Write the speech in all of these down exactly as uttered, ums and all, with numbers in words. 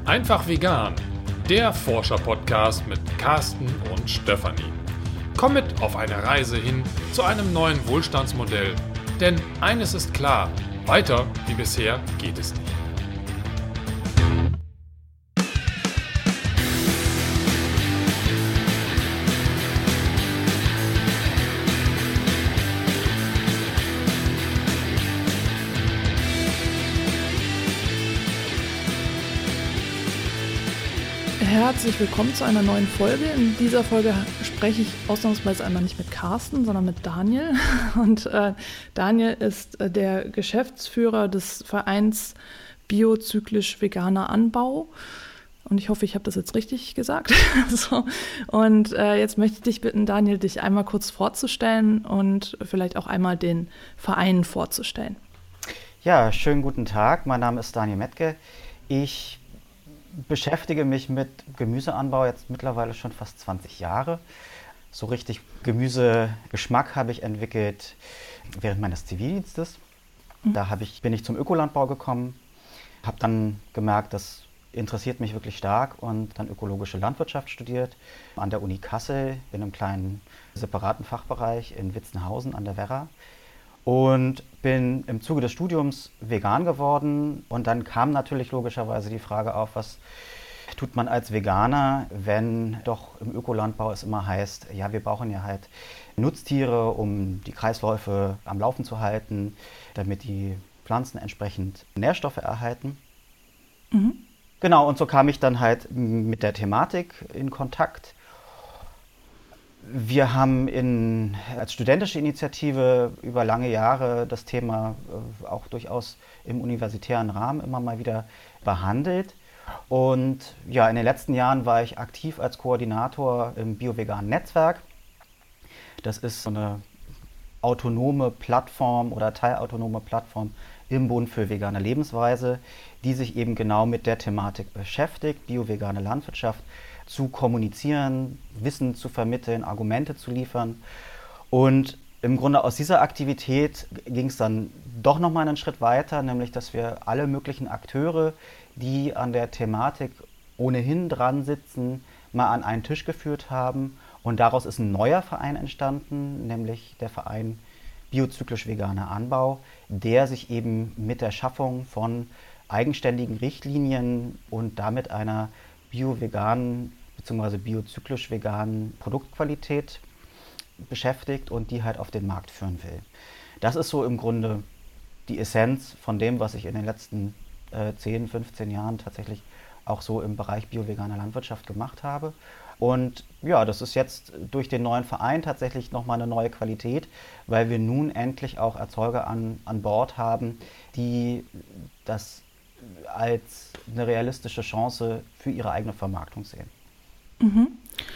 Einfach vegan, der Forscher-Podcast mit Carsten und Stefanie. Komm mit auf eine Reise hin zu einem neuen Wohlstandsmodell. Denn eines ist klar, weiter wie bisher geht es nicht. Herzlich willkommen zu einer neuen Folge. In dieser Folge spreche ich ausnahmsweise einmal nicht mit Carsten, sondern mit Daniel. Und äh, Daniel ist äh, der Geschäftsführer des Vereins Biozyklisch Veganer Anbau. Und ich hoffe, ich habe das jetzt richtig gesagt. so. Und äh, jetzt möchte ich dich bitten, Daniel, dich einmal kurz vorzustellen und vielleicht auch einmal den Verein vorzustellen. Ja, schönen guten Tag. Mein Name ist Daniel Metke. Ich beschäftige mich mit Gemüseanbau jetzt mittlerweile schon fast zwanzig Jahre. So richtig Gemüsegeschmack habe ich entwickelt während meines Zivildienstes. Mhm. Da habe ich, bin ich zum Ökolandbau gekommen, habe dann gemerkt, das interessiert mich wirklich stark und dann ökologische Landwirtschaft studiert an der Uni Kassel in einem kleinen separaten Fachbereich in Witzenhausen an der Werra. Und bin im Zuge des Studiums vegan geworden und dann kam natürlich logischerweise die Frage auf, was tut man als Veganer, wenn doch im Ökolandbau es immer heißt, ja, wir brauchen ja halt Nutztiere, um die Kreisläufe am Laufen zu halten, damit die Pflanzen entsprechend Nährstoffe erhalten. Mhm. Genau, und so kam ich dann halt mit der Thematik in Kontakt. Wir haben in, als studentische Initiative über lange Jahre das Thema äh, auch durchaus im universitären Rahmen immer mal wieder behandelt. Und ja, in den letzten Jahren war ich aktiv als Koordinator im Bio-Veganen Netzwerk. Das ist so eine autonome Plattform oder teilautonome Plattform im Bund für vegane Lebensweise, die sich eben genau mit der Thematik beschäftigt, bio-vegane Landwirtschaft zu kommunizieren, Wissen zu vermitteln, Argumente zu liefern. Und im Grunde aus dieser Aktivität ging es dann doch nochmal einen Schritt weiter, nämlich dass wir alle möglichen Akteure, die an der Thematik ohnehin dran sitzen, mal an einen Tisch geführt haben. Und daraus ist ein neuer Verein entstanden, nämlich der Verein Biozyklisch Veganer Anbau, der sich eben mit der Schaffung von eigenständigen Richtlinien und damit einer bio-veganen bzw. biozyklisch veganen Produktqualität beschäftigt und die halt auf den Markt führen will. Das ist so im Grunde die Essenz von dem, was ich in den letzten äh, zehn, fünfzehn Jahren tatsächlich auch so im Bereich bio-veganer Landwirtschaft gemacht habe. Und ja, das ist jetzt durch den neuen Verein tatsächlich nochmal eine neue Qualität, weil wir nun endlich auch Erzeuger an, an Bord haben, die das als eine realistische Chance für ihre eigene Vermarktung sehen. Mhm.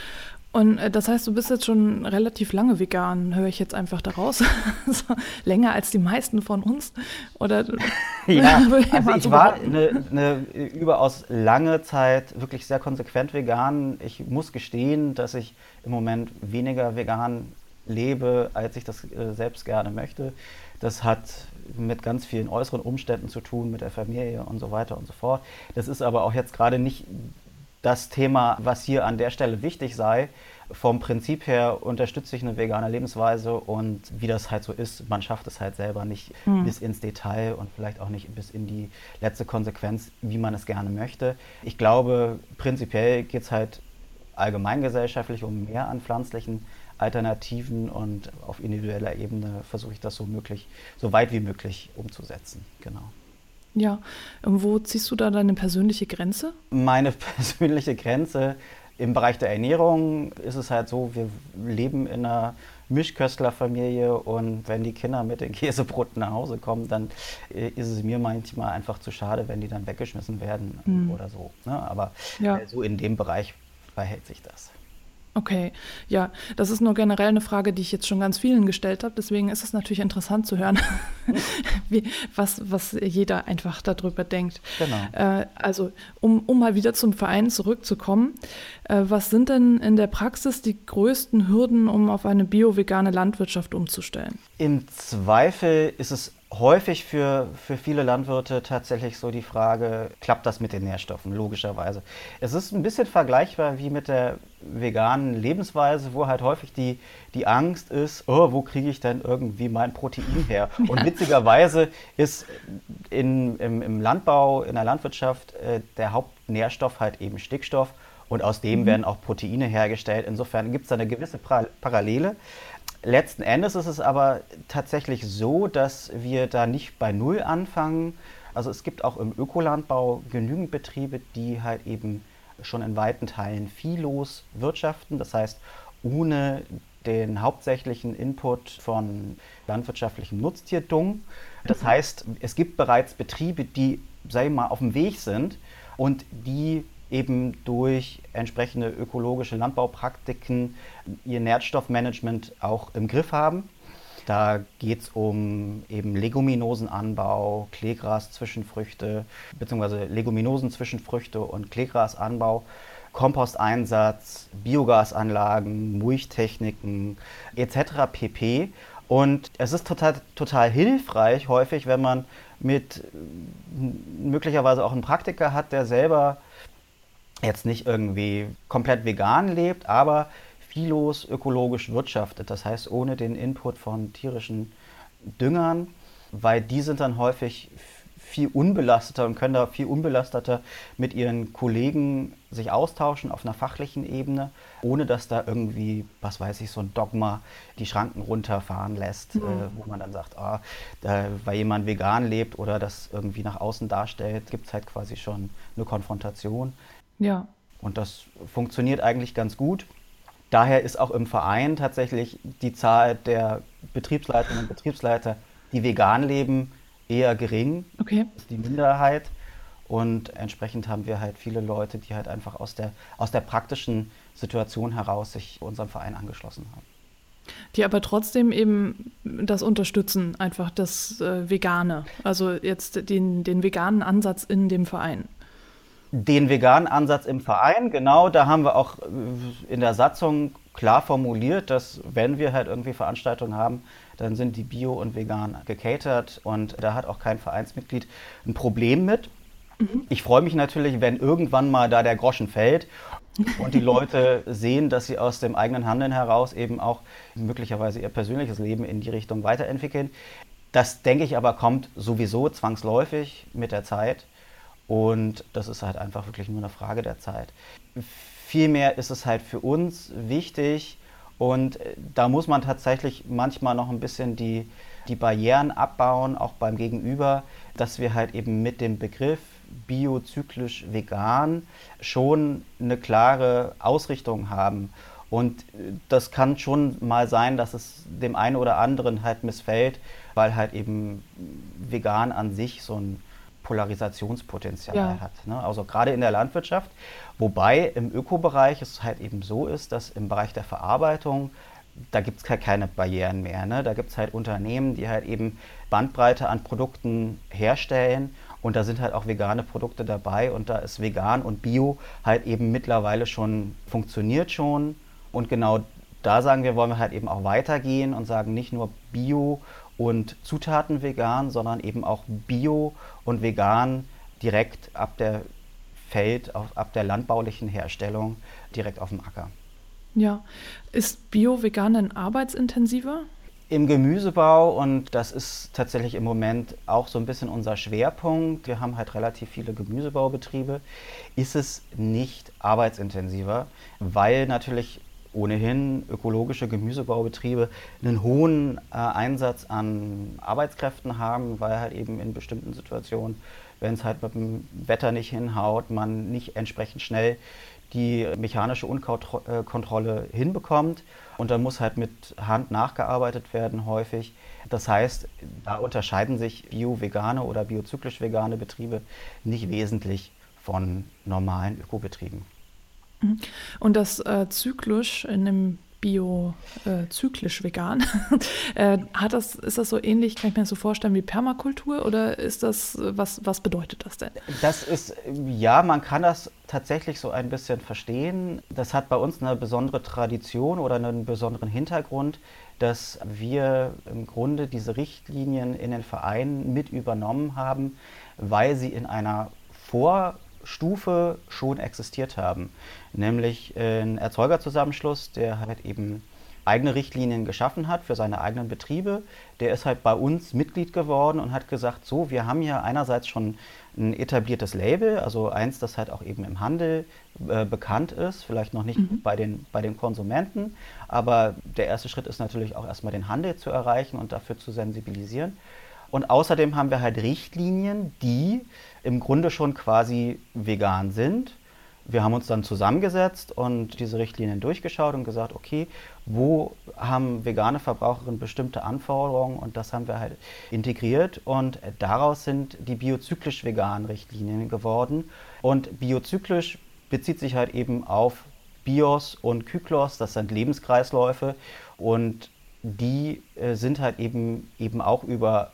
Und äh, das heißt, du bist jetzt schon relativ lange vegan, höre ich jetzt einfach daraus. so, länger als die meisten von uns? Oder? ja, also ich war eine, eine überaus lange Zeit wirklich sehr konsequent vegan. Ich muss gestehen, dass ich im Moment weniger vegan lebe, als ich das äh, selbst gerne möchte. Das hat mit ganz vielen äußeren Umständen zu tun, mit der Familie und so weiter und so fort. Das ist aber auch jetzt gerade nicht das Thema, was hier an der Stelle wichtig sei. Vom Prinzip her unterstütze ich eine vegane Lebensweise und wie das halt so ist, man schafft es halt selber nicht mhm. bis ins Detail und vielleicht auch nicht bis in die letzte Konsequenz, wie man es gerne möchte. Ich glaube, prinzipiell geht es halt allgemeingesellschaftlich um mehr an pflanzlichen Alternativen und auf individueller Ebene versuche ich das so möglich, so weit wie möglich umzusetzen. Genau. Ja, wo ziehst du da deine persönliche Grenze? Meine persönliche Grenze im Bereich der Ernährung ist es halt so, wir leben in einer Mischköstlerfamilie und wenn die Kinder mit den Käsebroten nach Hause kommen, dann ist es mir manchmal einfach zu schade, wenn die dann weggeschmissen werden mhm. oder so. Ne? Aber ja. so in dem Bereich verhält sich das. Okay, ja, das ist nur generell eine Frage, die ich jetzt schon ganz vielen gestellt habe. Deswegen ist es natürlich interessant zu hören, wie, was, was jeder einfach darüber denkt. Genau. Äh, also, um, um mal wieder zum Verein zurückzukommen, äh, was sind denn in der Praxis die größten Hürden, um auf eine bio-vegane Landwirtschaft umzustellen? Im Zweifel ist es häufig für, für viele Landwirte tatsächlich so die Frage, klappt das mit den Nährstoffen, logischerweise. Es ist ein bisschen vergleichbar wie mit der veganen Lebensweise, wo halt häufig die, die Angst ist, oh, wo kriege ich denn irgendwie mein Protein her? Ja. Und witzigerweise ist in, im, im Landbau, in der Landwirtschaft äh, der Hauptnährstoff halt eben Stickstoff und aus dem mhm. werden auch Proteine hergestellt. Insofern gibt es da eine gewisse pra- Parallele. Letzten Endes ist es aber tatsächlich so, dass wir da nicht bei Null anfangen. Also es gibt auch im Ökolandbau genügend Betriebe, die halt eben schon in weiten Teilen viehlos wirtschaften. Das heißt, ohne den hauptsächlichen Input von landwirtschaftlichem Nutztierdung. Das heißt, es gibt bereits Betriebe, die, sagen wir mal, auf dem Weg sind und die eben durch entsprechende ökologische Landbaupraktiken ihr Nährstoffmanagement auch im Griff haben. Da geht es um eben Leguminosenanbau, Kleegras-Zwischenfrüchte, beziehungsweise Leguminosen-Zwischenfrüchte und Kleegrasanbau, Komposteinsatz, Biogasanlagen, Mulchtechniken et cetera pp. Und es ist total, total hilfreich häufig, wenn man mit möglicherweise auch einen Praktiker hat, der selber jetzt nicht irgendwie komplett vegan lebt, aber viehlos ökologisch wirtschaftet. Das heißt, ohne den Input von tierischen Düngern, weil die sind dann häufig viel unbelasteter und können da viel unbelasteter mit ihren Kollegen sich austauschen auf einer fachlichen Ebene, ohne dass da irgendwie, was weiß ich, so ein Dogma die Schranken runterfahren lässt, mhm. äh, wo man dann sagt, ah, da, weil jemand vegan lebt oder das irgendwie nach außen darstellt, gibt es halt quasi schon eine Konfrontation. Ja. Und das funktioniert eigentlich ganz gut. Daher ist auch im Verein tatsächlich die Zahl der Betriebsleiterinnen und Betriebsleiter, die vegan leben, eher gering. Okay. Das ist die Minderheit. Und entsprechend haben wir halt viele Leute, die halt einfach aus der, aus der praktischen Situation heraus sich unserem Verein angeschlossen haben. Die aber trotzdem eben das unterstützen, einfach das äh, Vegane, also jetzt den, den veganen Ansatz in dem Verein. Den veganen Ansatz im Verein, genau, da haben wir auch in der Satzung klar formuliert, dass wenn wir halt irgendwie Veranstaltungen haben, dann sind die bio und vegan gecatert und da hat auch kein Vereinsmitglied ein Problem mit. Mhm. Ich freue mich natürlich, wenn irgendwann mal da der Groschen fällt und die Leute sehen, dass sie aus dem eigenen Handeln heraus eben auch möglicherweise ihr persönliches Leben in die Richtung weiterentwickeln. Das, denke ich, aber kommt sowieso zwangsläufig mit der Zeit. Und das ist halt einfach wirklich nur eine Frage der Zeit. Vielmehr ist es halt für uns wichtig und da muss man tatsächlich manchmal noch ein bisschen die, die Barrieren abbauen, auch beim Gegenüber, dass wir halt eben mit dem Begriff biozyklisch vegan schon eine klare Ausrichtung haben. Und das kann schon mal sein, dass es dem einen oder anderen halt missfällt, weil halt eben vegan an sich so ein Polarisationspotenzial ja. hat. Ne? Also gerade in der Landwirtschaft, wobei im Ökobereich es halt eben so ist, dass im Bereich der Verarbeitung, da gibt es halt keine Barrieren mehr. Ne? Da gibt es halt Unternehmen, die halt eben Bandbreite an Produkten herstellen und da sind halt auch vegane Produkte dabei und da ist vegan und Bio halt eben mittlerweile schon, funktioniert schon und genau da sagen wir, wollen wir halt eben auch weitergehen und sagen nicht nur Bio und Zutaten vegan, sondern eben auch Bio und vegan direkt ab der Feld, ab der landbaulichen Herstellung direkt auf dem Acker. Ja, ist Bio-Vegan denn arbeitsintensiver? Im Gemüsebau, und das ist tatsächlich im Moment auch so ein bisschen unser Schwerpunkt, wir haben halt relativ viele Gemüsebaubetriebe, ist es nicht arbeitsintensiver, weil natürlich ohnehin ökologische Gemüsebaubetriebe einen hohen äh, Einsatz an Arbeitskräften haben, weil halt eben in bestimmten Situationen, wenn es halt mit dem Wetter nicht hinhaut, man nicht entsprechend schnell die mechanische Unkrautkontrolle hinbekommt und dann muss halt mit Hand nachgearbeitet werden häufig. Das heißt, da unterscheiden sich bio-vegane oder biozyklisch-vegane Betriebe nicht wesentlich von normalen Ökobetrieben. Und das äh, zyklisch in dem biozyklisch vegan. äh, hat das, ist das so ähnlich, kann ich mir das so vorstellen, wie Permakultur oder ist das, was, was bedeutet das denn? Das ist, ja, man kann das tatsächlich so ein bisschen verstehen. Das hat bei uns eine besondere Tradition oder einen besonderen Hintergrund, dass wir im Grunde diese Richtlinien in den Vereinen mit übernommen haben, weil sie in einer Vorstufe schon existiert haben. Nämlich ein Erzeugerzusammenschluss, der halt eben eigene Richtlinien geschaffen hat für seine eigenen Betriebe. Der ist halt bei uns Mitglied geworden und hat gesagt, so, wir haben ja einerseits schon ein etabliertes Label, also eins, das halt auch eben im Handel äh, bekannt ist, vielleicht noch nicht mhm. bei den, bei den Konsumenten, aber der erste Schritt ist natürlich auch erstmal den Handel zu erreichen und dafür zu sensibilisieren. Und außerdem haben wir halt Richtlinien, die im Grunde schon quasi vegan sind. Wir haben uns dann zusammengesetzt und diese Richtlinien durchgeschaut und gesagt, okay, wo haben vegane Verbraucherinnen bestimmte Anforderungen, und das haben wir halt integriert, und daraus sind die biozyklisch veganen Richtlinien geworden. Und biozyklisch bezieht sich halt eben auf Bios und Kyklos, das sind Lebenskreisläufe, und die äh, sind halt eben, eben auch über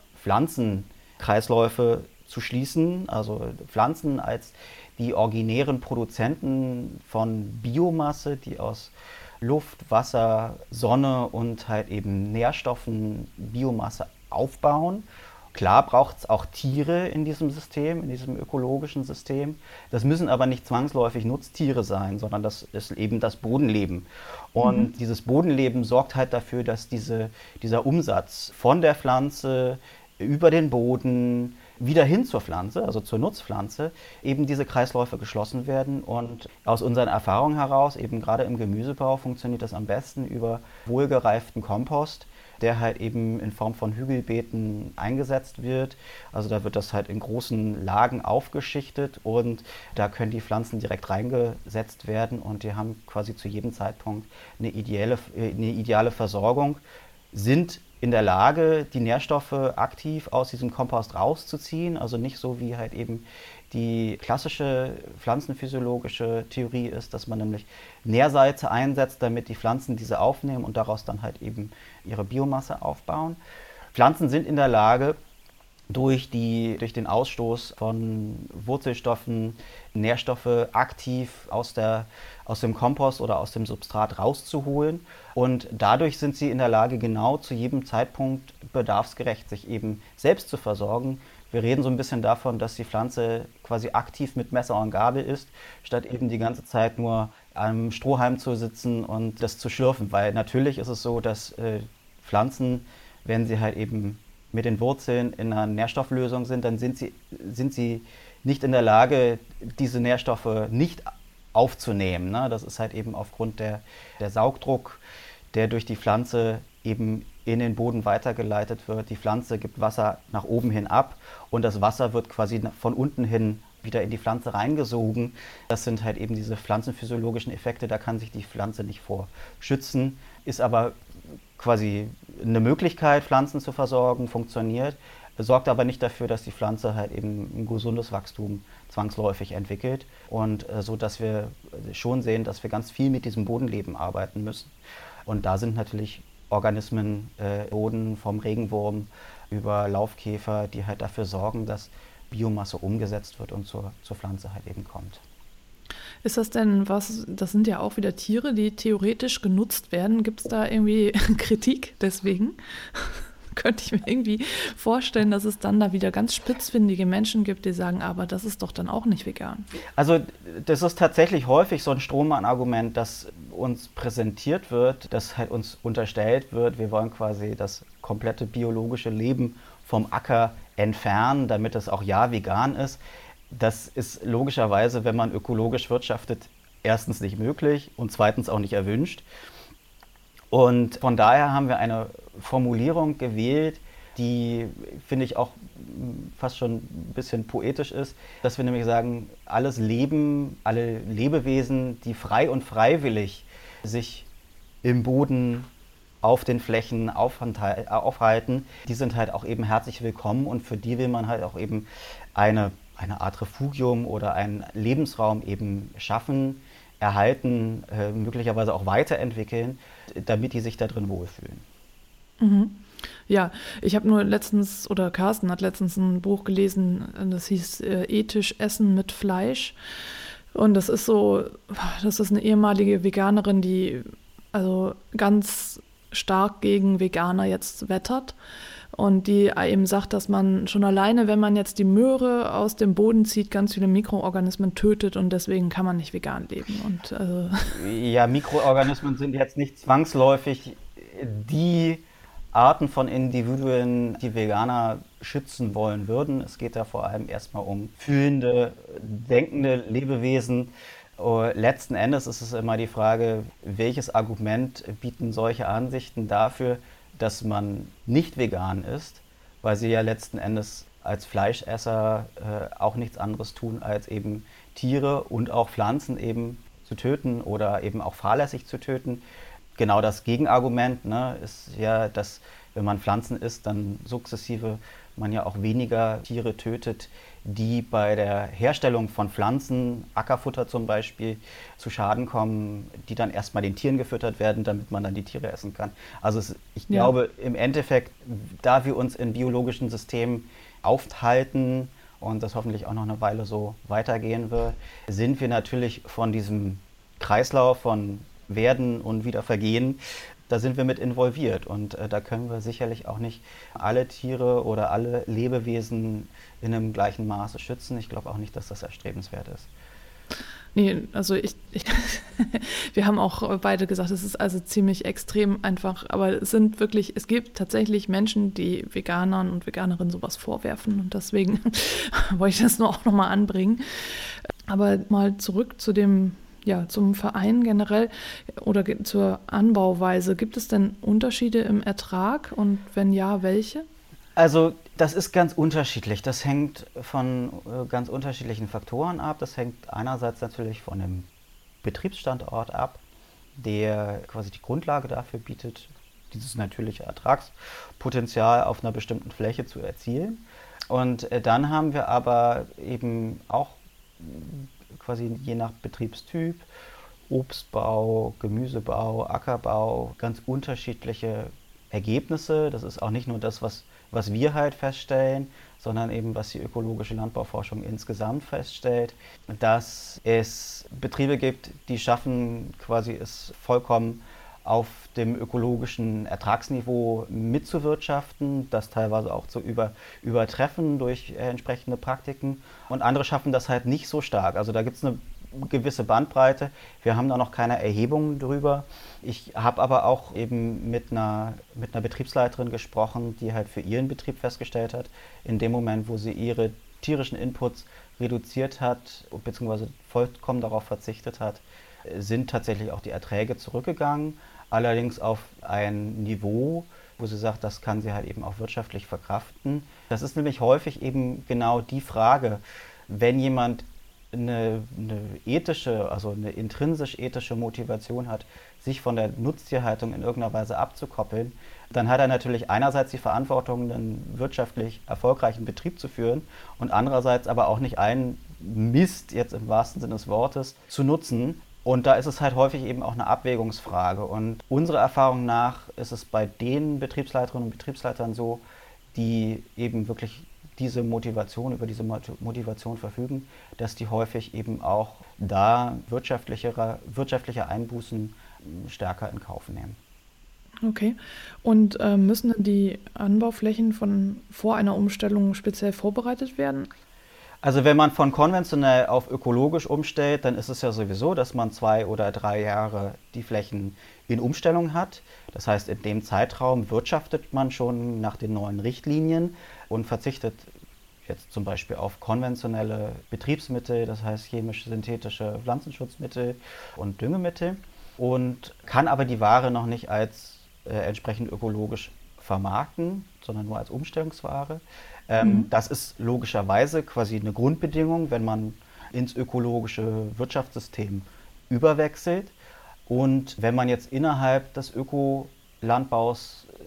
Pflanzenkreisläufe zu schließen, also Pflanzen als die originären Produzenten von Biomasse, die aus Luft, Wasser, Sonne und halt eben Nährstoffen Biomasse aufbauen. Klar braucht es auch Tiere in diesem System, in diesem ökologischen System. Das müssen aber nicht zwangsläufig Nutztiere sein, sondern das ist eben das Bodenleben. Und mhm. dieses Bodenleben sorgt halt dafür, dass diese, dieser Umsatz von der Pflanze über den Boden wieder hin zur Pflanze, also zur Nutzpflanze, eben diese Kreisläufe geschlossen werden. Und aus unseren Erfahrungen heraus, eben gerade im Gemüsebau, funktioniert das am besten über wohlgereiften Kompost, der halt eben in Form von Hügelbeeten eingesetzt wird. Also da wird das halt in großen Lagen aufgeschichtet und da können die Pflanzen direkt reingesetzt werden und die haben quasi zu jedem Zeitpunkt eine ideale, eine ideale Versorgung, sind in der Lage, die Nährstoffe aktiv aus diesem Kompost rauszuziehen, also nicht so wie halt eben die klassische pflanzenphysiologische Theorie ist, dass man nämlich Nährsalze einsetzt, damit die Pflanzen diese aufnehmen und daraus dann halt eben ihre Biomasse aufbauen. Pflanzen sind in der Lage, durch, die, durch den Ausstoß von Wurzelstoffen Nährstoffe aktiv aus, der, aus dem Kompost oder aus dem Substrat rauszuholen. Und dadurch sind sie in der Lage, genau zu jedem Zeitpunkt bedarfsgerecht sich eben selbst zu versorgen. Wir reden so ein bisschen davon, dass die Pflanze quasi aktiv mit Messer und Gabel ist, statt eben die ganze Zeit nur am Strohhalm zu sitzen und das zu schlürfen. Weil natürlich ist es so, dass äh, Pflanzen, wenn sie halt eben mit den Wurzeln in einer Nährstofflösung sind, dann sind sie, sind sie nicht in der Lage, diese Nährstoffe nicht aufzunehmen. Ne? Das ist halt eben aufgrund der, der Saugdruck, der durch die Pflanze eben in den Boden weitergeleitet wird. Die Pflanze gibt Wasser nach oben hin ab und das Wasser wird quasi von unten hin wieder in die Pflanze reingesogen. Das sind halt eben diese pflanzenphysiologischen Effekte, da kann sich die Pflanze nicht vor schützen, ist aber quasi eine Möglichkeit, Pflanzen zu versorgen, funktioniert, sorgt aber nicht dafür, dass die Pflanze halt eben ein gesundes Wachstum zwangsläufig entwickelt und äh, so, dass wir schon sehen, dass wir ganz viel mit diesem Bodenleben arbeiten müssen. Und da sind natürlich Organismen, äh, Boden vom Regenwurm über Laufkäfer, die halt dafür sorgen, dass Biomasse umgesetzt wird und zur, zur Pflanze halt eben kommt. Ist das denn was, das sind ja auch wieder Tiere, die theoretisch genutzt werden. Gibt es da irgendwie Kritik deswegen? Könnte ich mir irgendwie vorstellen, dass es dann da wieder ganz spitzfindige Menschen gibt, die sagen, aber das ist doch dann auch nicht vegan. Also das ist tatsächlich häufig so ein Strohmann-Argument, das uns präsentiert wird, dass halt uns unterstellt wird, wir wollen quasi das komplette biologische Leben vom Acker entfernen, damit es auch ja vegan ist. Das ist logischerweise, wenn man ökologisch wirtschaftet, erstens nicht möglich und zweitens auch nicht erwünscht. Und von daher haben wir eine Formulierung gewählt, die, finde ich, auch fast schon ein bisschen poetisch ist, dass wir nämlich sagen, alles Leben, alle Lebewesen, die frei und freiwillig sich im Boden, auf den Flächen aufhalten, die sind halt auch eben herzlich willkommen und für die will man halt auch eben eine, eine Art Refugium oder einen Lebensraum eben schaffen, erhalten, äh, möglicherweise auch weiterentwickeln, damit die sich da drin wohlfühlen. Mhm. Ja, ich habe nur letztens, oder Carsten hat letztens ein Buch gelesen, das hieß äh, Ethisch Essen mit Fleisch. Und das ist so, das ist eine ehemalige Veganerin, die also ganz stark gegen Veganer jetzt wettert. Und die eben sagt, dass man schon alleine, wenn man jetzt die Möhre aus dem Boden zieht, ganz viele Mikroorganismen tötet und deswegen kann man nicht vegan leben. Und, also ja, Mikroorganismen sind jetzt nicht zwangsläufig die Arten von Individuen, die Veganer schützen wollen würden. Es geht da vor allem erstmal um fühlende, denkende Lebewesen. Letzten Endes ist es immer die Frage, welches Argument bieten solche Ansichten dafür, dass man nicht vegan ist, weil sie ja letzten Endes als Fleischesser äh, auch nichts anderes tun, als eben Tiere und auch Pflanzen eben zu töten oder eben auch fahrlässig zu töten. Genau das Gegenargument, ne, ist ja, dass wenn man Pflanzen isst, dann sukzessive man ja auch weniger Tiere tötet, die bei der Herstellung von Pflanzen, Ackerfutter zum Beispiel, zu Schaden kommen, die dann erstmal den Tieren gefüttert werden, damit man dann die Tiere essen kann. Also es, ich ja. glaube im Endeffekt, da wir uns in biologischen Systemen aufhalten und das hoffentlich auch noch eine Weile so weitergehen wird, sind wir natürlich von diesem Kreislauf von Werden und wieder Vergehen, da sind wir mit involviert und äh, da können wir sicherlich auch nicht alle Tiere oder alle Lebewesen in einem gleichen Maße schützen. Ich glaube auch nicht, dass das erstrebenswert ist. Nee, also ich, ich wir haben auch beide gesagt, es ist also ziemlich extrem einfach, aber es sind wirklich, es gibt tatsächlich Menschen, die Veganern und Veganerinnen sowas vorwerfen und deswegen wollte ich das nur auch nochmal anbringen. Aber mal zurück zu dem Ja, zum Verein generell oder ge- zur Anbauweise. Gibt es denn Unterschiede im Ertrag und wenn ja, welche? Also das ist ganz unterschiedlich. Das hängt von äh, ganz unterschiedlichen Faktoren ab. Das hängt einerseits natürlich von dem Betriebsstandort ab, der quasi die Grundlage dafür bietet, dieses natürliche Ertragspotenzial auf einer bestimmten Fläche zu erzielen. Und äh, dann haben wir aber eben auch quasi je nach Betriebstyp, Obstbau, Gemüsebau, Ackerbau, ganz unterschiedliche Ergebnisse. Das ist auch nicht nur das, was, was wir halt feststellen, sondern eben was die ökologische Landbauforschung insgesamt feststellt, dass es Betriebe gibt, die schaffen quasi es vollkommen auf dem ökologischen Ertragsniveau mitzuwirtschaften, das teilweise auch zu über, übertreffen durch äh, entsprechende Praktiken. Und andere schaffen das halt nicht so stark. Also da gibt es eine gewisse Bandbreite. Wir haben da noch keine Erhebungen drüber. Ich habe aber auch eben mit einer, mit einer Betriebsleiterin gesprochen, die halt für ihren Betrieb festgestellt hat, in dem Moment, wo sie ihre tierischen Inputs reduziert hat, beziehungsweise vollkommen darauf verzichtet hat, sind tatsächlich auch die Erträge zurückgegangen. Allerdings auf ein Niveau, wo sie sagt, das kann sie halt eben auch wirtschaftlich verkraften. Das ist nämlich häufig eben genau die Frage, wenn jemand eine, eine ethische, also eine intrinsisch ethische Motivation hat, sich von der Nutztierhaltung in irgendeiner Weise abzukoppeln, dann hat er natürlich einerseits die Verantwortung, einen wirtschaftlich erfolgreichen Betrieb zu führen und andererseits aber auch nicht einen Mist, jetzt im wahrsten Sinne des Wortes, zu nutzen. Und da ist es halt häufig eben auch eine Abwägungsfrage. Und unserer Erfahrung nach ist es bei den Betriebsleiterinnen und Betriebsleitern so, die eben wirklich diese Motivation, über diese Motivation verfügen, dass die häufig eben auch da wirtschaftlichere, wirtschaftliche Einbußen stärker in Kauf nehmen. Okay. Und äh, müssen denn die Anbauflächen von vor einer Umstellung speziell vorbereitet werden? Also wenn man von konventionell auf ökologisch umstellt, dann ist es ja sowieso, dass man zwei oder drei Jahre die Flächen in Umstellung hat. Das heißt, in dem Zeitraum wirtschaftet man schon nach den neuen Richtlinien und verzichtet jetzt zum Beispiel auf konventionelle Betriebsmittel, das heißt chemisch-synthetische Pflanzenschutzmittel und Düngemittel und kann aber die Ware noch nicht als äh, entsprechend ökologisch vermarkten, sondern nur als Umstellungsware. Ähm, mhm. Das ist logischerweise quasi eine Grundbedingung, wenn man ins ökologische Wirtschaftssystem überwechselt. Und wenn man jetzt innerhalb des Ökolandbaus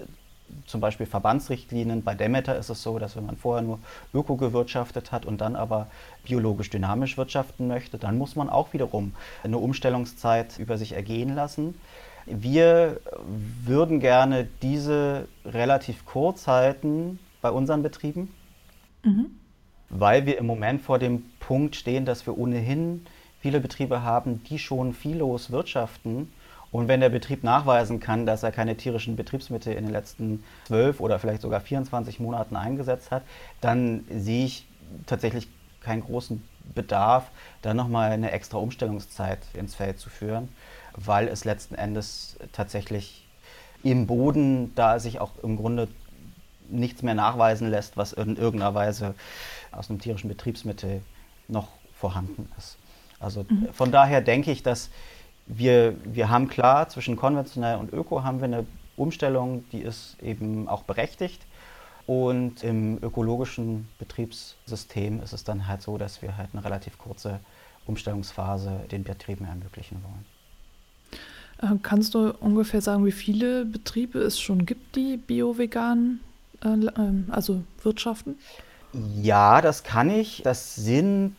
zum Beispiel Verbandsrichtlinien. Bei Demeter ist es so, dass wenn man vorher nur öko gewirtschaftet hat und dann aber biologisch dynamisch wirtschaften möchte, dann muss man auch wiederum eine Umstellungszeit über sich ergehen lassen. Wir würden gerne diese relativ kurz halten bei unseren Betrieben, mhm. weil wir im Moment vor dem Punkt stehen, dass wir ohnehin viele Betriebe haben, die schon viellos wirtschaften. Und wenn der Betrieb nachweisen kann, dass er keine tierischen Betriebsmittel in den letzten zwölf oder vielleicht sogar vierundzwanzig Monaten eingesetzt hat, dann sehe ich tatsächlich keinen großen Bedarf, da nochmal eine extra Umstellungszeit ins Feld zu führen, weil es letzten Endes tatsächlich im Boden da sich auch im Grunde nichts mehr nachweisen lässt, was in irgendeiner Weise aus einem tierischen Betriebsmittel noch vorhanden ist. Also mhm. von daher denke ich, dass wir, wir haben klar, zwischen konventionell und Öko haben wir eine Umstellung, die ist eben auch berechtigt. Und im ökologischen Betriebssystem ist es dann halt so, dass wir halt eine relativ kurze Umstellungsphase den Betrieben ermöglichen wollen. Kannst du ungefähr sagen, wie viele Betriebe es schon gibt, die bio-vegan, äh, also wirtschaften? Ja, das kann ich. Das sind,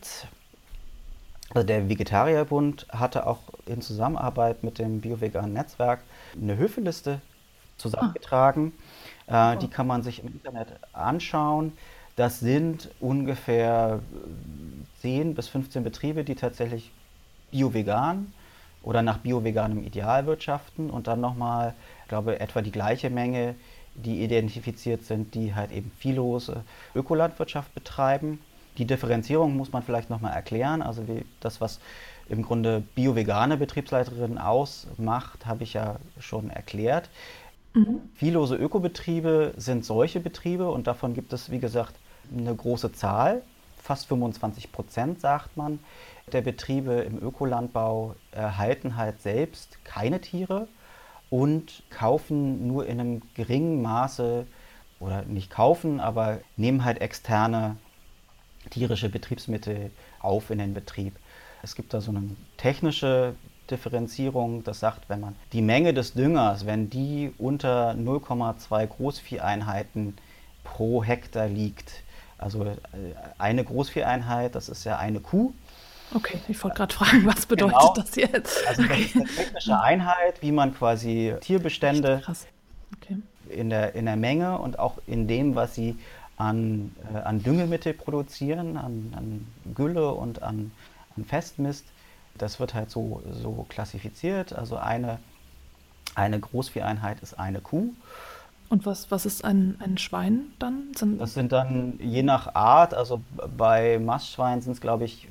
also der Vegetarierbund hatte auch in Zusammenarbeit mit dem bio-veganen Netzwerk eine Höfeliste zusammengetragen. Ah. Äh, die kann man sich im Internet anschauen. Das sind ungefähr zehn bis fünfzehn Betriebe, die tatsächlich bio-vegan oder nach bio-veganem Ideal wirtschaften und dann nochmal, ich glaube, etwa die gleiche Menge, die identifiziert sind, die halt eben viehlose Ökolandwirtschaft betreiben. Die Differenzierung muss man vielleicht nochmal erklären. Also wie das, was im Grunde bio-vegane Betriebsleiterinnen ausmacht, habe ich ja schon erklärt. Mhm. Viehlose Ökobetriebe sind solche Betriebe und davon gibt es, wie gesagt, eine große Zahl. Fast fünfundzwanzig Prozent, sagt man, der Betriebe im Ökolandbau erhalten halt selbst keine Tiere und kaufen nur in einem geringen Maße, oder nicht kaufen, aber nehmen halt externe tierische Betriebsmittel auf in den Betrieb. Es gibt da so eine technische Differenzierung, das sagt, wenn man die Menge des Düngers, wenn die unter null Komma zwei Großvieheinheiten pro Hektar liegt, also eine Großvieheinheit, das ist ja eine Kuh. Okay, ich wollte gerade fragen, was bedeutet genau. das jetzt? Also das ist eine technische Einheit, wie man quasi Tierbestände okay. in der, in der Menge und auch in dem, was sie an, äh, an Düngemittel produzieren, an, an Gülle und an, an Festmist, das wird halt so, so klassifiziert. Also eine, eine Großvieheinheit ist eine Kuh. Und was, was ist ein, ein Schwein dann? Sind das sind dann je nach Art, also bei Mastschweinen sind es, glaube ich,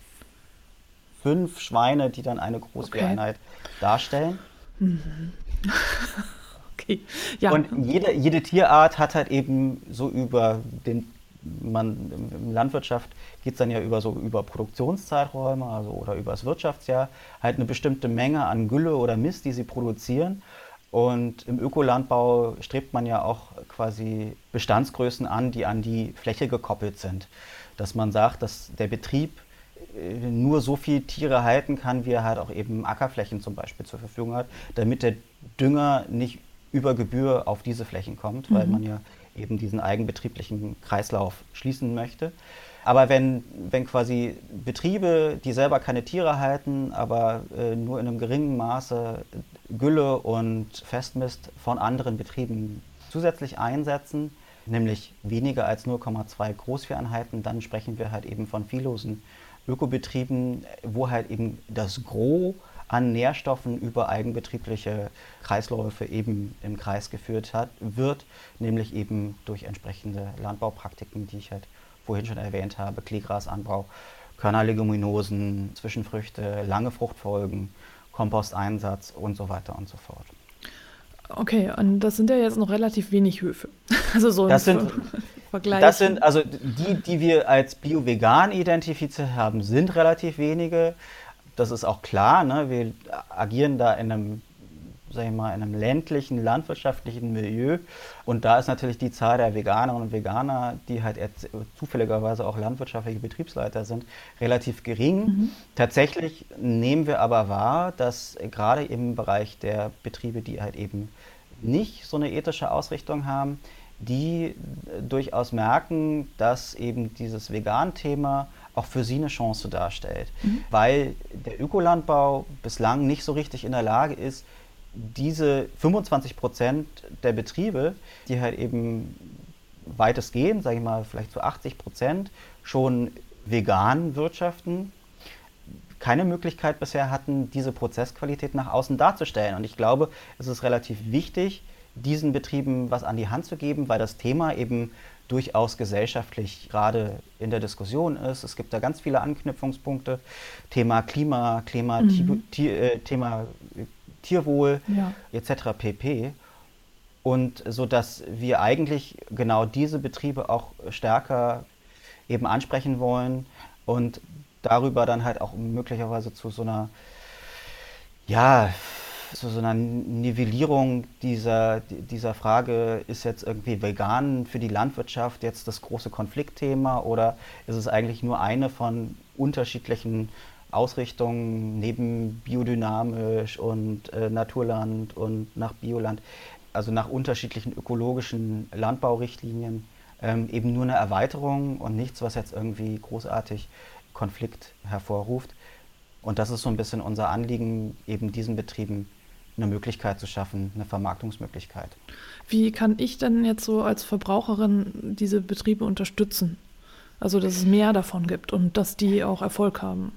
fünf Schweine, die dann eine Großvieheinheit okay. darstellen. Mhm. Okay. Ja. Und jede, jede Tierart hat halt eben so über den, man in Landwirtschaft geht es dann ja über so über Produktionszeiträume, also oder über das Wirtschaftsjahr, halt eine bestimmte Menge an Gülle oder Mist, die sie produzieren. Und im Ökolandbau strebt man ja auch quasi Bestandsgrößen an, die an die Fläche gekoppelt sind. Dass man sagt, dass der Betrieb nur so viel Tiere halten kann, wie er halt auch eben Ackerflächen zum Beispiel zur Verfügung hat, damit der Dünger nicht über Gebühr auf diese Flächen kommt, weil mhm. man ja eben diesen eigenbetrieblichen Kreislauf schließen möchte. Aber wenn, wenn quasi Betriebe, die selber keine Tiere halten, aber äh, nur in einem geringen Maße Gülle und Festmist von anderen Betrieben zusätzlich einsetzen, nämlich weniger als null Komma zwei Großvieheinheiten, dann sprechen wir halt eben von viehlosen Ökobetrieben, wo halt eben das Gros an Nährstoffen über eigenbetriebliche Kreisläufe eben im Kreis geführt hat, wird, nämlich eben durch entsprechende Landbaupraktiken, die ich halt vorhin schon erwähnt habe, Kleegrasanbau, Körnerleguminosen, Zwischenfrüchte, lange Fruchtfolgen, Komposteinsatz und so weiter und so fort. Okay, und das sind ja jetzt noch relativ wenig Höfe. Also so das im sind, Vergleich. Das sind, also die, die wir als bio-vegan identifiziert haben, sind relativ wenige. Das ist auch klar, ne? Wir agieren da in einem, sag ich mal, in einem ländlichen, landwirtschaftlichen Milieu. Und da ist natürlich die Zahl der Veganerinnen und Veganer, die halt jetzt zufälligerweise auch landwirtschaftliche Betriebsleiter sind, relativ gering. Mhm. Tatsächlich nehmen wir aber wahr, dass gerade im Bereich der Betriebe, die halt eben nicht so eine ethische Ausrichtung haben, die durchaus merken, dass eben dieses Vegan-Thema auch für sie eine Chance darstellt. Mhm. Weil der Ökolandbau bislang nicht so richtig in der Lage ist, diese fünfundzwanzig Prozent der Betriebe, die halt eben weitestgehend, sage ich mal, vielleicht zu achtzig Prozent schon vegan wirtschaften, keine Möglichkeit bisher hatten, diese Prozessqualität nach außen darzustellen. Und ich glaube, es ist relativ wichtig, diesen Betrieben was an die Hand zu geben, weil das Thema eben durchaus gesellschaftlich gerade in der Diskussion ist. Es gibt da ganz viele Anknüpfungspunkte. Thema Klima, Klima, mhm. Tier, äh, Thema Tierwohl, ja. et cetera pp. Und so, dass wir eigentlich genau diese Betriebe auch stärker eben ansprechen wollen und darüber dann halt auch möglicherweise zu so einer, ja, zu so einer Nivellierung dieser, dieser Frage, ist jetzt irgendwie vegan für die Landwirtschaft jetzt das große Konfliktthema oder ist es eigentlich nur eine von unterschiedlichen Ausrichtungen neben biodynamisch und äh, Naturland und nach Bioland, also nach unterschiedlichen ökologischen Landbaurichtlinien, ähm, eben nur eine Erweiterung und nichts, was jetzt irgendwie großartig Konflikt hervorruft. Und das ist so ein bisschen unser Anliegen, eben diesen Betrieben eine Möglichkeit zu schaffen, eine Vermarktungsmöglichkeit. Wie kann ich denn jetzt so als Verbraucherin diese Betriebe unterstützen? Also, dass es mehr davon gibt und dass die auch Erfolg haben?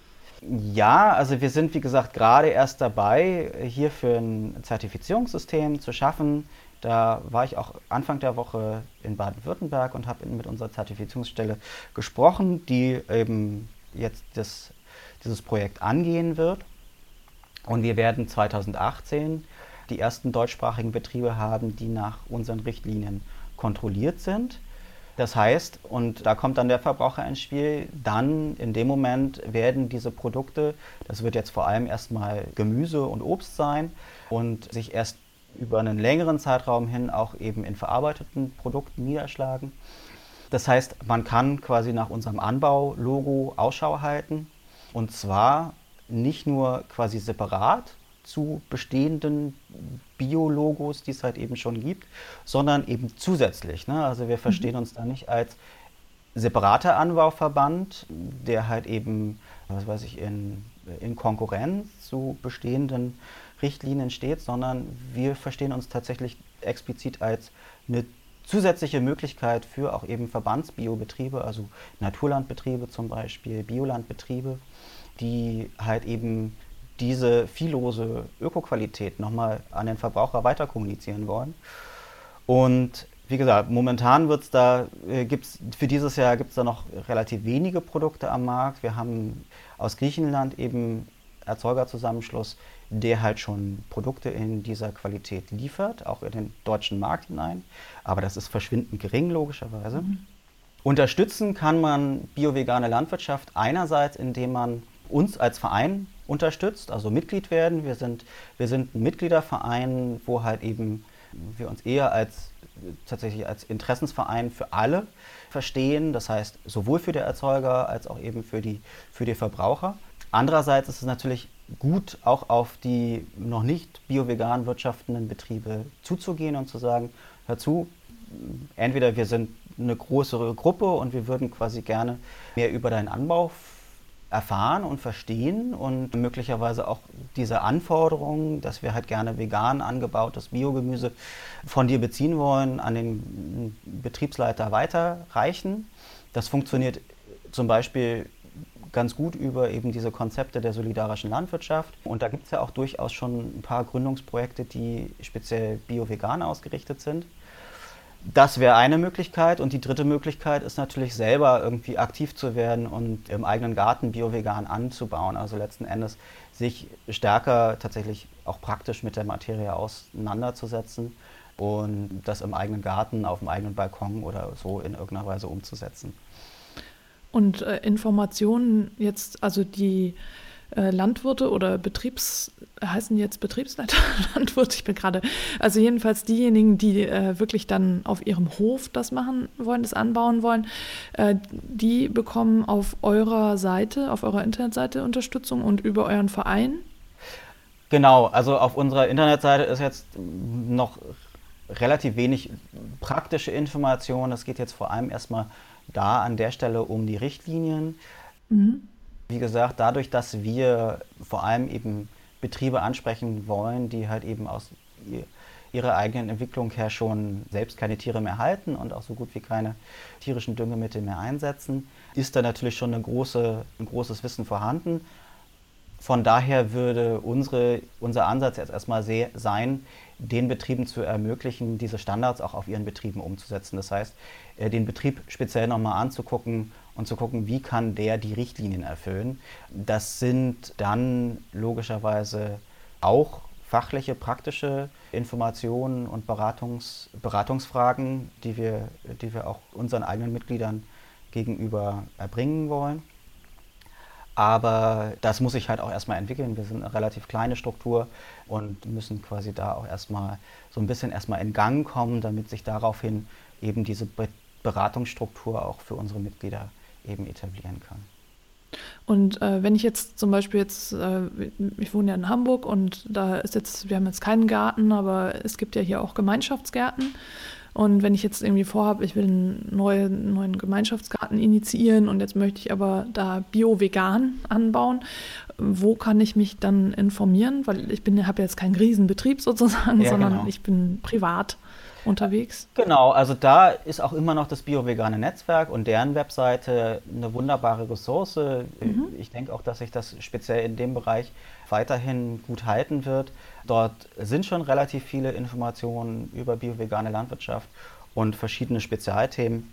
Ja, also wir sind, wie gesagt, gerade erst dabei, hierfür ein Zertifizierungssystem zu schaffen. Da war ich auch Anfang der Woche in Baden-Württemberg und habe mit unserer Zertifizierungsstelle gesprochen, die eben jetzt das, dieses Projekt angehen wird. Und wir werden zweitausendachtzehn die ersten deutschsprachigen Betriebe haben, die nach unseren Richtlinien kontrolliert sind. Das heißt, und da kommt dann der Verbraucher ins Spiel, dann in dem Moment werden diese Produkte, das wird jetzt vor allem erstmal Gemüse und Obst sein und sich erst über einen längeren Zeitraum hin auch eben in verarbeiteten Produkten niederschlagen. Das heißt, man kann quasi nach unserem Anbau-Logo Ausschau halten und zwar nicht nur quasi separat zu bestehenden Bio-Logos, die es halt eben schon gibt, sondern eben zusätzlich. Ne? Also wir verstehen uns da nicht als separater Anbauverband, der halt eben, was weiß ich, in, in Konkurrenz zu bestehenden Richtlinien steht, sondern wir verstehen uns tatsächlich explizit als eine zusätzliche Möglichkeit für auch eben Verbandsbiobetriebe, also Naturlandbetriebe zum Beispiel, Biolandbetriebe, die halt eben diese viellose Ökoqualität nochmal an den Verbraucher weiter kommunizieren wollen. Und wie gesagt, momentan wird's da, äh, gibt's, für dieses Jahr gibt es da noch relativ wenige Produkte am Markt. Wir haben aus Griechenland eben Erzeugerzusammenschluss, der halt schon Produkte in dieser Qualität liefert, auch in den deutschen Markt hinein. Aber das ist verschwindend gering, logischerweise. Mhm. Unterstützen kann man bio-vegane Landwirtschaft einerseits, indem man uns als Verein unterstützt, also Mitglied werden. Wir sind, wir sind ein Mitgliederverein, wo halt eben wir uns eher als tatsächlich als Interessensverein für alle verstehen. Das heißt, sowohl für die Erzeuger als auch eben für die, für die Verbraucher. Andererseits ist es natürlich gut, auch auf die noch nicht bio-vegan wirtschaftenden Betriebe zuzugehen und zu sagen, hör zu, entweder wir sind eine größere Gruppe und wir würden quasi gerne mehr über deinen Anbau erfahren und verstehen und möglicherweise auch diese Anforderungen, dass wir halt gerne vegan angebautes Biogemüse von dir beziehen wollen, an den Betriebsleiter weiterreichen. Das funktioniert zum Beispiel ganz gut über eben diese Konzepte der solidarischen Landwirtschaft. Und da gibt es ja auch durchaus schon ein paar Gründungsprojekte, die speziell bio-vegan ausgerichtet sind. Das wäre eine Möglichkeit. Und die dritte Möglichkeit ist natürlich selber irgendwie aktiv zu werden und im eigenen Garten bio-vegan anzubauen. Also letzten Endes sich stärker tatsächlich auch praktisch mit der Materie auseinanderzusetzen und das im eigenen Garten, auf dem eigenen Balkon oder so in irgendeiner Weise umzusetzen. Und äh, Informationen jetzt, also die äh, Landwirte oder Betriebs, heißen die jetzt Betriebsleiter, Landwirte, ich bin gerade, also jedenfalls diejenigen, die äh, wirklich dann auf ihrem Hof das machen wollen, das anbauen wollen, äh, die bekommen auf eurer Seite, auf eurer Internetseite Unterstützung und über euren Verein? Genau, also auf unserer Internetseite ist jetzt noch relativ wenig praktische Information. Es geht jetzt vor allem erstmal da an der Stelle um die Richtlinien. Mhm. Wie gesagt, dadurch, dass wir vor allem eben Betriebe ansprechen wollen, die halt eben aus ihrer eigenen Entwicklung her schon selbst keine Tiere mehr halten und auch so gut wie keine tierischen Düngemittel mehr einsetzen, ist da natürlich schon eine große, ein großes Wissen vorhanden. Von daher würde unsere, unser Ansatz jetzt erstmal sein, den Betrieben zu ermöglichen, diese Standards auch auf ihren Betrieben umzusetzen. Das heißt, den Betrieb speziell nochmal anzugucken und zu gucken, wie kann der die Richtlinien erfüllen. Das sind dann logischerweise auch fachliche, praktische Informationen und Beratungs, Beratungsfragen, die wir, die wir auch unseren eigenen Mitgliedern gegenüber erbringen wollen. Aber das muss sich halt auch erstmal entwickeln. Wir sind eine relativ kleine Struktur und müssen quasi da auch erstmal so ein bisschen erstmal in Gang kommen, damit sich daraufhin eben diese Beratungsstruktur auch für unsere Mitglieder eben etablieren kann. Und äh, wenn ich jetzt zum Beispiel jetzt, äh, ich wohne ja in Hamburg und da ist jetzt, wir haben jetzt keinen Garten, aber es gibt ja hier auch Gemeinschaftsgärten. Und wenn ich jetzt irgendwie vorhabe, ich will einen neuen, neuen Gemeinschaftsgarten initiieren und jetzt möchte ich aber da bio-vegan anbauen, wo kann ich mich dann informieren? Weil ich bin, habe jetzt keinen Riesenbetrieb sozusagen, ja, sondern genau. Ich bin privat unterwegs. Genau, also da ist auch immer noch das bio-vegane Netzwerk und deren Webseite eine wunderbare Ressource. Mhm. Ich denke auch, dass sich das speziell in dem Bereich weiterhin gut halten wird. Dort sind schon relativ viele Informationen über bio-vegane Landwirtschaft und verschiedene Spezialthemen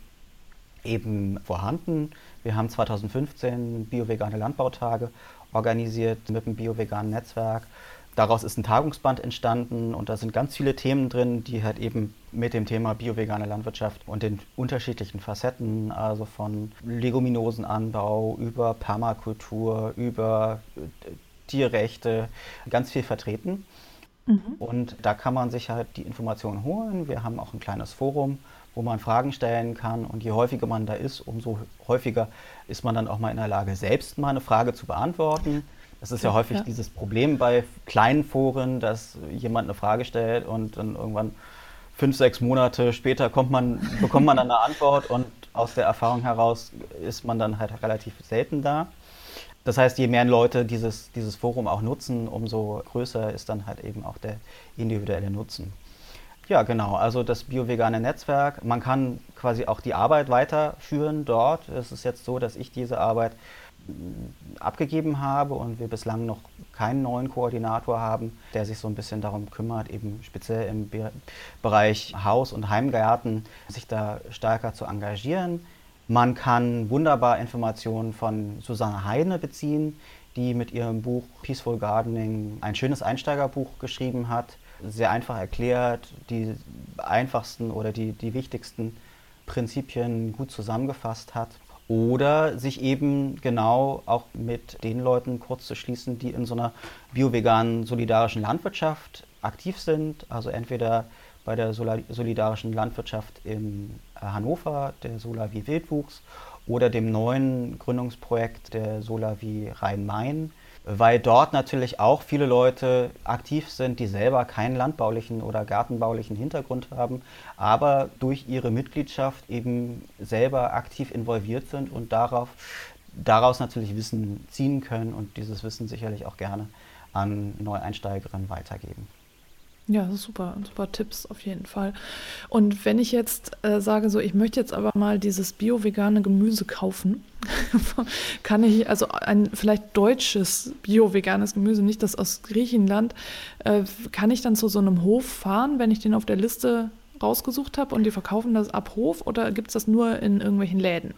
eben vorhanden. Wir haben zweitausendfünfzehn bio-vegane Landbautage organisiert mit dem bio-veganen Netzwerk. Daraus ist ein Tagungsband entstanden und da sind ganz viele Themen drin, die halt eben mit dem Thema bio-vegane Landwirtschaft und den unterschiedlichen Facetten, also von Leguminosenanbau über Permakultur, über Tierrechte, ganz viel vertreten. Mhm. Und da kann man sich halt die Informationen holen. Wir haben auch ein kleines Forum, wo man Fragen stellen kann und je häufiger man da ist, umso häufiger ist man dann auch mal in der Lage, selbst mal eine Frage zu beantworten. Das ist ja häufig ja. dieses Problem bei kleinen Foren, dass jemand eine Frage stellt und dann irgendwann fünf, sechs Monate später kommt man, bekommt man dann eine Antwort und aus der Erfahrung heraus ist man dann halt relativ selten da. Das heißt, je mehr Leute dieses, dieses Forum auch nutzen, umso größer ist dann halt eben auch der individuelle Nutzen. Ja, genau, also das bio-vegane Netzwerk, man kann quasi auch die Arbeit weiterführen dort. Es ist jetzt so, dass ich diese Arbeit abgegeben habe und wir bislang noch keinen neuen Koordinator haben, der sich so ein bisschen darum kümmert, eben speziell im Be- Bereich Haus- und Heimgärten sich da stärker zu engagieren. Man kann wunderbar Informationen von Susanne Heine beziehen, die mit ihrem Buch Peaceful Gardening ein schönes Einsteigerbuch geschrieben hat, sehr einfach erklärt, die einfachsten oder die, die wichtigsten Prinzipien gut zusammengefasst hat. Oder sich eben genau auch mit den Leuten kurz zu schließen, die in so einer bio-veganen solidarischen Landwirtschaft aktiv sind. Also entweder bei der solidarischen Landwirtschaft in Hannover, der Solawi Wildwuchs, oder dem neuen Gründungsprojekt der Solawi Rhein-Main, weil dort natürlich auch viele Leute aktiv sind, die selber keinen landbaulichen oder gartenbaulichen Hintergrund haben, aber durch ihre Mitgliedschaft eben selber aktiv involviert sind und darauf, daraus natürlich Wissen ziehen können und dieses Wissen sicherlich auch gerne an Neueinsteigerinnen weitergeben. Ja, das ist super, super Tipps auf jeden Fall. Und wenn ich jetzt äh, sage, so, ich möchte jetzt aber mal dieses bio-vegane Gemüse kaufen, kann ich, also ein vielleicht deutsches bio-veganes Gemüse, nicht das aus Griechenland, äh, kann ich dann zu so einem Hof fahren, wenn ich den auf der Liste rausgesucht habe und die verkaufen das ab Hof oder gibt es das nur in irgendwelchen Läden?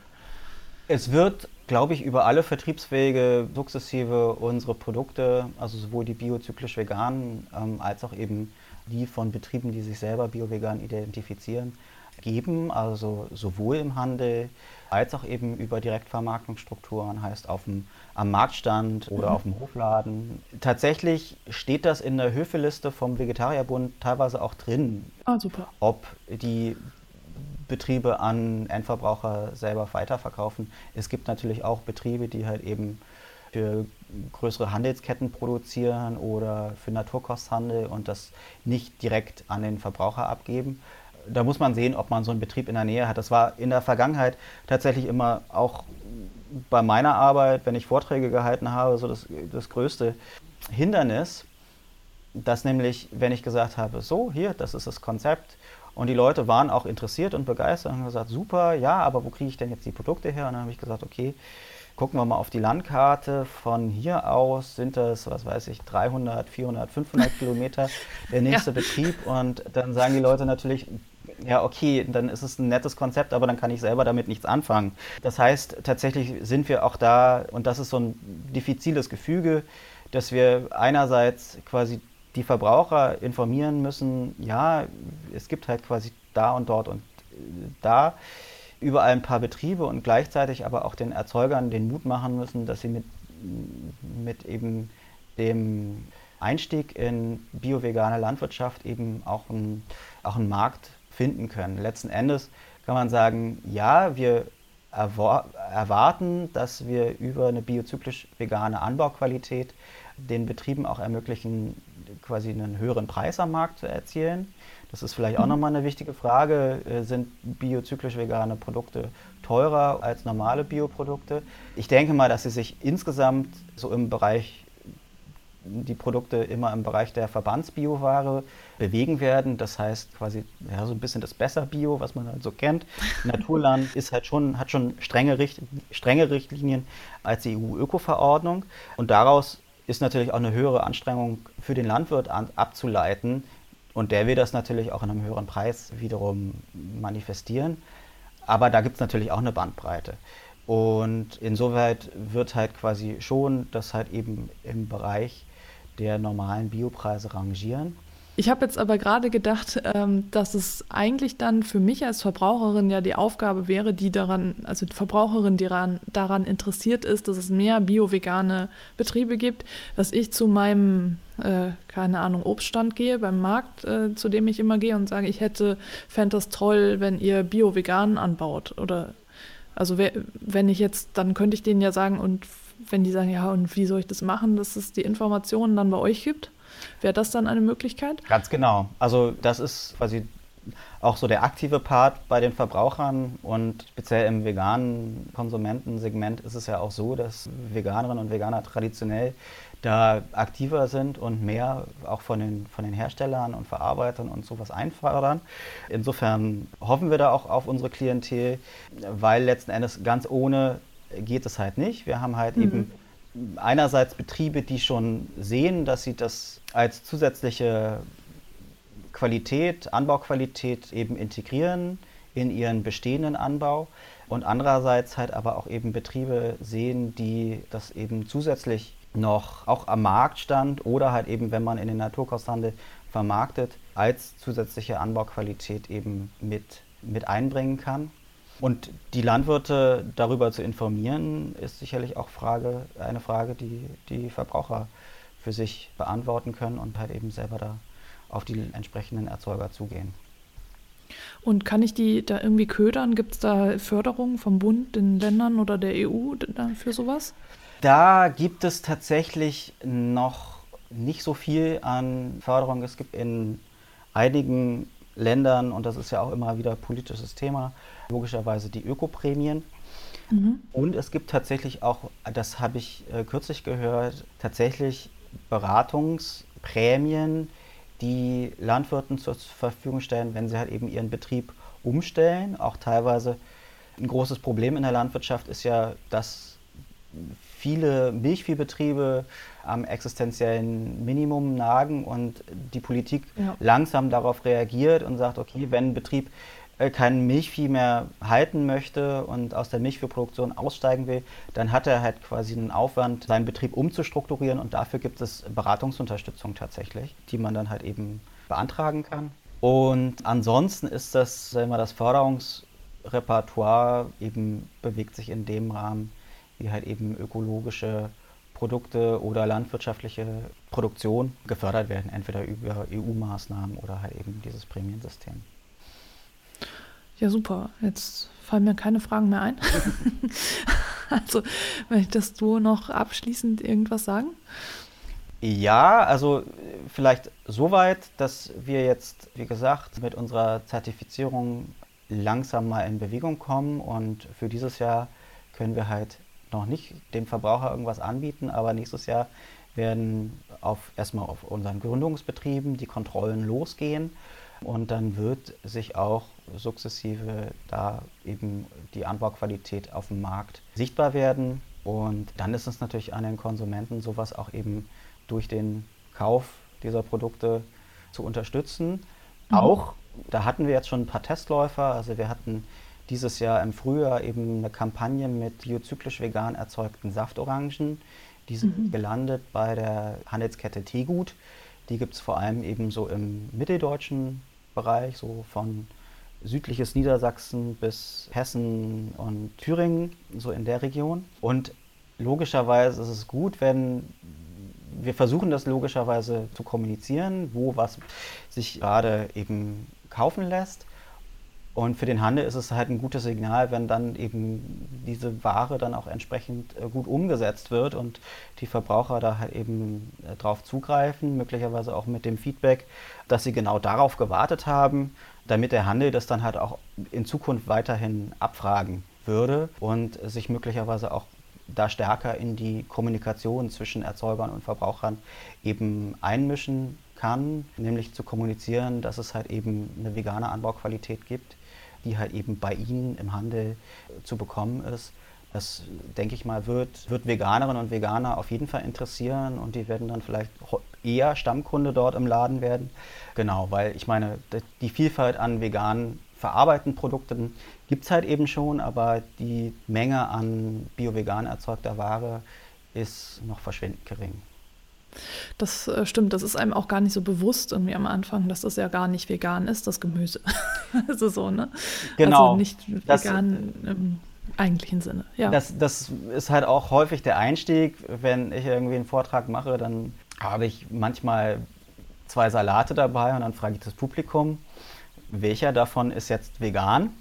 Es wird, glaube ich, über alle Vertriebswege sukzessive unsere Produkte, also sowohl die biozyklisch veganen ähm, als auch eben die von Betrieben, die sich selber bio-vegan identifizieren, geben. Also sowohl im Handel als auch eben über Direktvermarktungsstrukturen, heißt auf dem, am Marktstand oder mhm. auf dem Hofladen. Tatsächlich steht das in der Höfeliste vom Vegetarierbund teilweise auch drin, ah, super. ob die Betriebe an Endverbraucher selber weiterverkaufen. Es gibt natürlich auch Betriebe, die halt eben für größere Handelsketten produzieren oder für Naturkosthandel und das nicht direkt an den Verbraucher abgeben. Da muss man sehen, ob man so einen Betrieb in der Nähe hat. Das war in der Vergangenheit tatsächlich immer auch bei meiner Arbeit, wenn ich Vorträge gehalten habe, so das, das größte Hindernis, dass nämlich, wenn ich gesagt habe, so, hier, das ist das Konzept, und die Leute waren auch interessiert und begeistert und haben gesagt, super, ja, aber wo kriege ich denn jetzt die Produkte her? Und dann habe ich gesagt, okay, gucken wir mal auf die Landkarte. Von hier aus sind das, was weiß ich, dreihundert, vierhundert, fünfhundert Kilometer der nächste ja. Betrieb. Und dann sagen die Leute natürlich, ja, okay, dann ist es ein nettes Konzept, aber dann kann ich selber damit nichts anfangen. Das heißt, tatsächlich sind wir auch da, und das ist so ein diffiziles Gefüge, dass wir einerseits quasi die Verbraucher informieren müssen, ja, es gibt halt quasi da und dort und da überall ein paar Betriebe und gleichzeitig aber auch den Erzeugern den Mut machen müssen, dass sie mit, mit eben dem Einstieg in bio-vegane Landwirtschaft eben auch, ein, auch einen Markt finden können. Letzten Endes kann man sagen, ja, wir erwarten, dass wir über eine biozyklisch vegane Anbauqualität den Betrieben auch ermöglichen, quasi einen höheren Preis am Markt zu erzielen. Das ist vielleicht auch nochmal eine wichtige Frage. Sind biozyklisch vegane Produkte teurer als normale Bioprodukte? Ich denke mal, dass sie sich insgesamt so im Bereich, die Produkte immer im Bereich der Verbandsbioware bewegen werden. Das heißt quasi ja, so ein bisschen das Besser-Bio, was man halt so kennt. Naturland ist halt schon, hat schon strenge, Richt, strenge Richtlinien als die E U-Öko-Verordnung. Und daraus ist natürlich auch eine höhere Anstrengung für den Landwirt an, abzuleiten. Und der will das natürlich auch in einem höheren Preis wiederum manifestieren. Aber da gibt es natürlich auch eine Bandbreite. Und insoweit wird halt quasi schon das halt eben im Bereich der normalen Biopreise rangieren. Ich habe jetzt aber gerade gedacht, ähm, dass es eigentlich dann für mich als Verbraucherin ja die Aufgabe wäre, die daran, also die Verbraucherin, die daran, daran interessiert ist, dass es mehr bio-vegane Betriebe gibt, dass ich zu meinem, äh, keine Ahnung, Obststand gehe, beim Markt, äh, zu dem ich immer gehe und sage, ich hätte, fände das toll, wenn ihr bio-vegan anbaut. Oder, also wer, wenn ich jetzt, dann könnte ich denen ja sagen, und wenn die sagen, ja, und wie soll ich das machen, dass es die Informationen dann bei euch gibt? Wäre das dann eine Möglichkeit? Ganz genau. Also das ist quasi auch so der aktive Part bei den Verbrauchern und speziell im veganen Konsumentensegment ist es ja auch so, dass Veganerinnen und Veganer traditionell da aktiver sind und mehr auch von den, von den Herstellern und Verarbeitern und sowas einfordern. Insofern hoffen wir da auch auf unsere Klientel, weil letzten Endes ganz ohne geht es halt nicht. Wir haben halt mhm. eben einerseits Betriebe, die schon sehen, dass sie das als zusätzliche Qualität, Anbauqualität eben integrieren in ihren bestehenden Anbau und andererseits halt aber auch eben Betriebe sehen, die das eben zusätzlich noch auch am Marktstand oder halt eben, wenn man in den Naturkosthandel vermarktet, als zusätzliche Anbauqualität eben mit, mit einbringen kann. Und die Landwirte darüber zu informieren, ist sicherlich auch Frage, eine Frage, die die Verbraucher für sich beantworten können und halt eben selber da auf die entsprechenden Erzeuger zugehen. Und kann ich die da irgendwie ködern? Gibt es da Förderungen vom Bund, den Ländern oder der E U für sowas? Da gibt es tatsächlich noch nicht so viel an Förderung. Es gibt in einigen Ländern, und das ist ja auch immer wieder politisches Thema, logischerweise die Ökoprämien. Mhm. Und es gibt tatsächlich auch, das habe ich äh, kürzlich gehört, tatsächlich Beratungsprämien, die Landwirten zur Verfügung stellen, wenn sie halt eben ihren Betrieb umstellen. Auch teilweise ein großes Problem in der Landwirtschaft ist ja, dass viele Milchviehbetriebe am existenziellen Minimum nagen und die Politik ja. langsam darauf reagiert und sagt, okay, wenn ein Betrieb kein Milchvieh mehr halten möchte und aus der Milchviehproduktion aussteigen will, dann hat er halt quasi einen Aufwand, seinen Betrieb umzustrukturieren und dafür gibt es Beratungsunterstützung tatsächlich, die man dann halt eben beantragen kann. Und ansonsten ist das, sagen wir, das Förderungsrepertoire eben bewegt sich in dem Rahmen, wie halt eben ökologische Produkte oder landwirtschaftliche Produktion gefördert werden, entweder über E U-Maßnahmen oder halt eben dieses Prämiensystem. Ja, super. Jetzt fallen mir keine Fragen mehr ein. Also möchtest du noch abschließend irgendwas sagen? Ja, also vielleicht soweit, dass wir jetzt, wie gesagt, mit unserer Zertifizierung langsam mal in Bewegung kommen und für dieses Jahr können wir halt noch nicht dem Verbraucher irgendwas anbieten, aber nächstes Jahr werden auf, erstmal auf unseren Gründungsbetrieben die Kontrollen losgehen und dann wird sich auch sukzessive da eben die Anbauqualität auf dem Markt sichtbar werden und dann ist es natürlich an den Konsumenten, sowas auch eben durch den Kauf dieser Produkte zu unterstützen. Mhm. Auch, da hatten wir jetzt schon ein paar Testläufer, also wir hatten dieses Jahr im Frühjahr eben eine Kampagne mit biozyklisch vegan erzeugten Saftorangen. Die sind mhm. gelandet bei der Handelskette Teegut. Die gibt es vor allem eben so im mitteldeutschen Bereich, so von südliches Niedersachsen bis Hessen und Thüringen, so in der Region. Und logischerweise ist es gut, wenn wir versuchen, das logischerweise zu kommunizieren, wo was sich gerade eben kaufen lässt. Und für den Handel ist es halt ein gutes Signal, wenn dann eben diese Ware dann auch entsprechend gut umgesetzt wird und die Verbraucher da halt eben drauf zugreifen, möglicherweise auch mit dem Feedback, dass sie genau darauf gewartet haben, damit der Handel das dann halt auch in Zukunft weiterhin abfragen würde und sich möglicherweise auch da stärker in die Kommunikation zwischen Erzeugern und Verbrauchern eben einmischen kann, nämlich zu kommunizieren, dass es halt eben eine vegane Anbauqualität gibt, die halt eben bei Ihnen im Handel zu bekommen ist. Das, denke ich mal, wird, wird Veganerinnen und Veganer auf jeden Fall interessieren und die werden dann vielleicht eher Stammkunde dort im Laden werden. Genau, weil ich meine, die Vielfalt an veganen verarbeiteten Produkten gibt es halt eben schon, aber die Menge an bio-vegan erzeugter Ware ist noch verschwindend gering. Das äh, stimmt, das ist einem auch gar nicht so bewusst irgendwie am Anfang, dass das ja gar nicht vegan ist, das Gemüse. Also so, ne? Genau. Also nicht vegan das, im eigentlichen Sinne. Ja. Das, das ist halt auch häufig der Einstieg. Wenn ich irgendwie einen Vortrag mache, dann habe ich manchmal zwei Salate dabei und dann frage ich das Publikum, welcher davon ist jetzt vegan?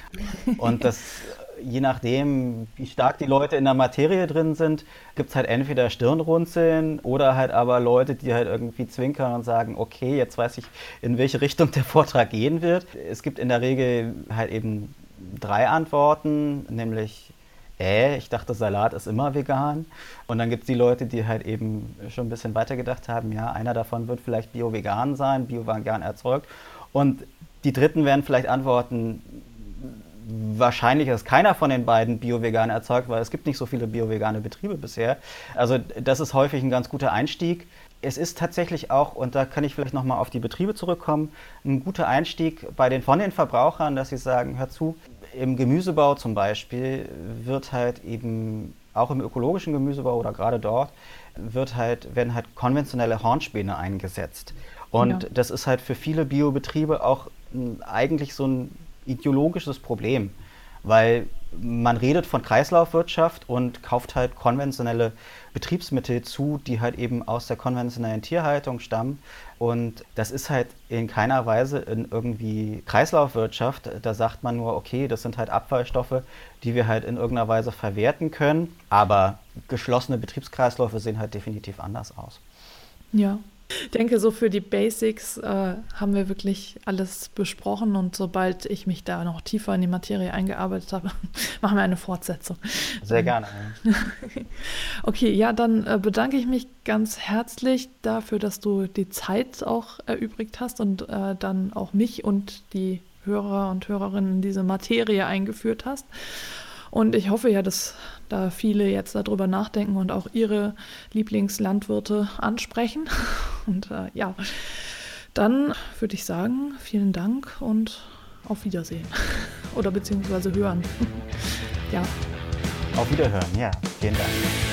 Und das, je nachdem, wie stark die Leute in der Materie drin sind, gibt es halt entweder Stirnrunzeln oder halt aber Leute, die halt irgendwie zwinkern und sagen, okay, jetzt weiß ich, in welche Richtung der Vortrag gehen wird. Es gibt in der Regel halt eben drei Antworten, nämlich, äh, ich dachte, Salat ist immer vegan. Und dann gibt es die Leute, die halt eben schon ein bisschen weiter gedacht haben, ja, einer davon wird vielleicht bio-vegan sein, bio-vegan erzeugt. Und die Dritten werden vielleicht antworten, wahrscheinlich ist keiner von den beiden bio-vegan erzeugt, weil es gibt nicht so viele bio-vegane Betriebe bisher. Also das ist häufig ein ganz guter Einstieg. Es ist tatsächlich auch, und da kann ich vielleicht nochmal auf die Betriebe zurückkommen, ein guter Einstieg bei den, von den Verbrauchern, dass sie sagen, hör zu, im Gemüsebau zum Beispiel wird halt eben, auch im ökologischen Gemüsebau oder gerade dort, wird halt, werden halt konventionelle Hornspäne eingesetzt. Und ja. Das ist halt für viele Biobetriebe auch eigentlich so ein ideologisches Problem, weil man redet von Kreislaufwirtschaft und kauft halt konventionelle Betriebsmittel zu, die halt eben aus der konventionellen Tierhaltung stammen. Und das ist halt in keiner Weise in irgendwie Kreislaufwirtschaft. Da sagt man nur, okay, das sind halt Abfallstoffe, die wir halt in irgendeiner Weise verwerten können. Aber geschlossene Betriebskreisläufe sehen halt definitiv anders aus. Ja. Ich denke, so für die Basics äh, haben wir wirklich alles besprochen und sobald ich mich da noch tiefer in die Materie eingearbeitet habe, machen wir eine Fortsetzung. Sehr gerne. Okay, ja, dann äh, bedanke ich mich ganz herzlich dafür, dass du die Zeit auch erübrigt hast und äh, dann auch mich und die Hörer und Hörerinnen in diese Materie eingeführt hast. Und ich hoffe ja, dass da viele jetzt darüber nachdenken und auch ihre Lieblingslandwirte ansprechen. Und äh, ja, dann würde ich sagen, vielen Dank und auf Wiedersehen. Oder beziehungsweise hören. Ja. Auf Wiederhören, ja. Vielen Dank.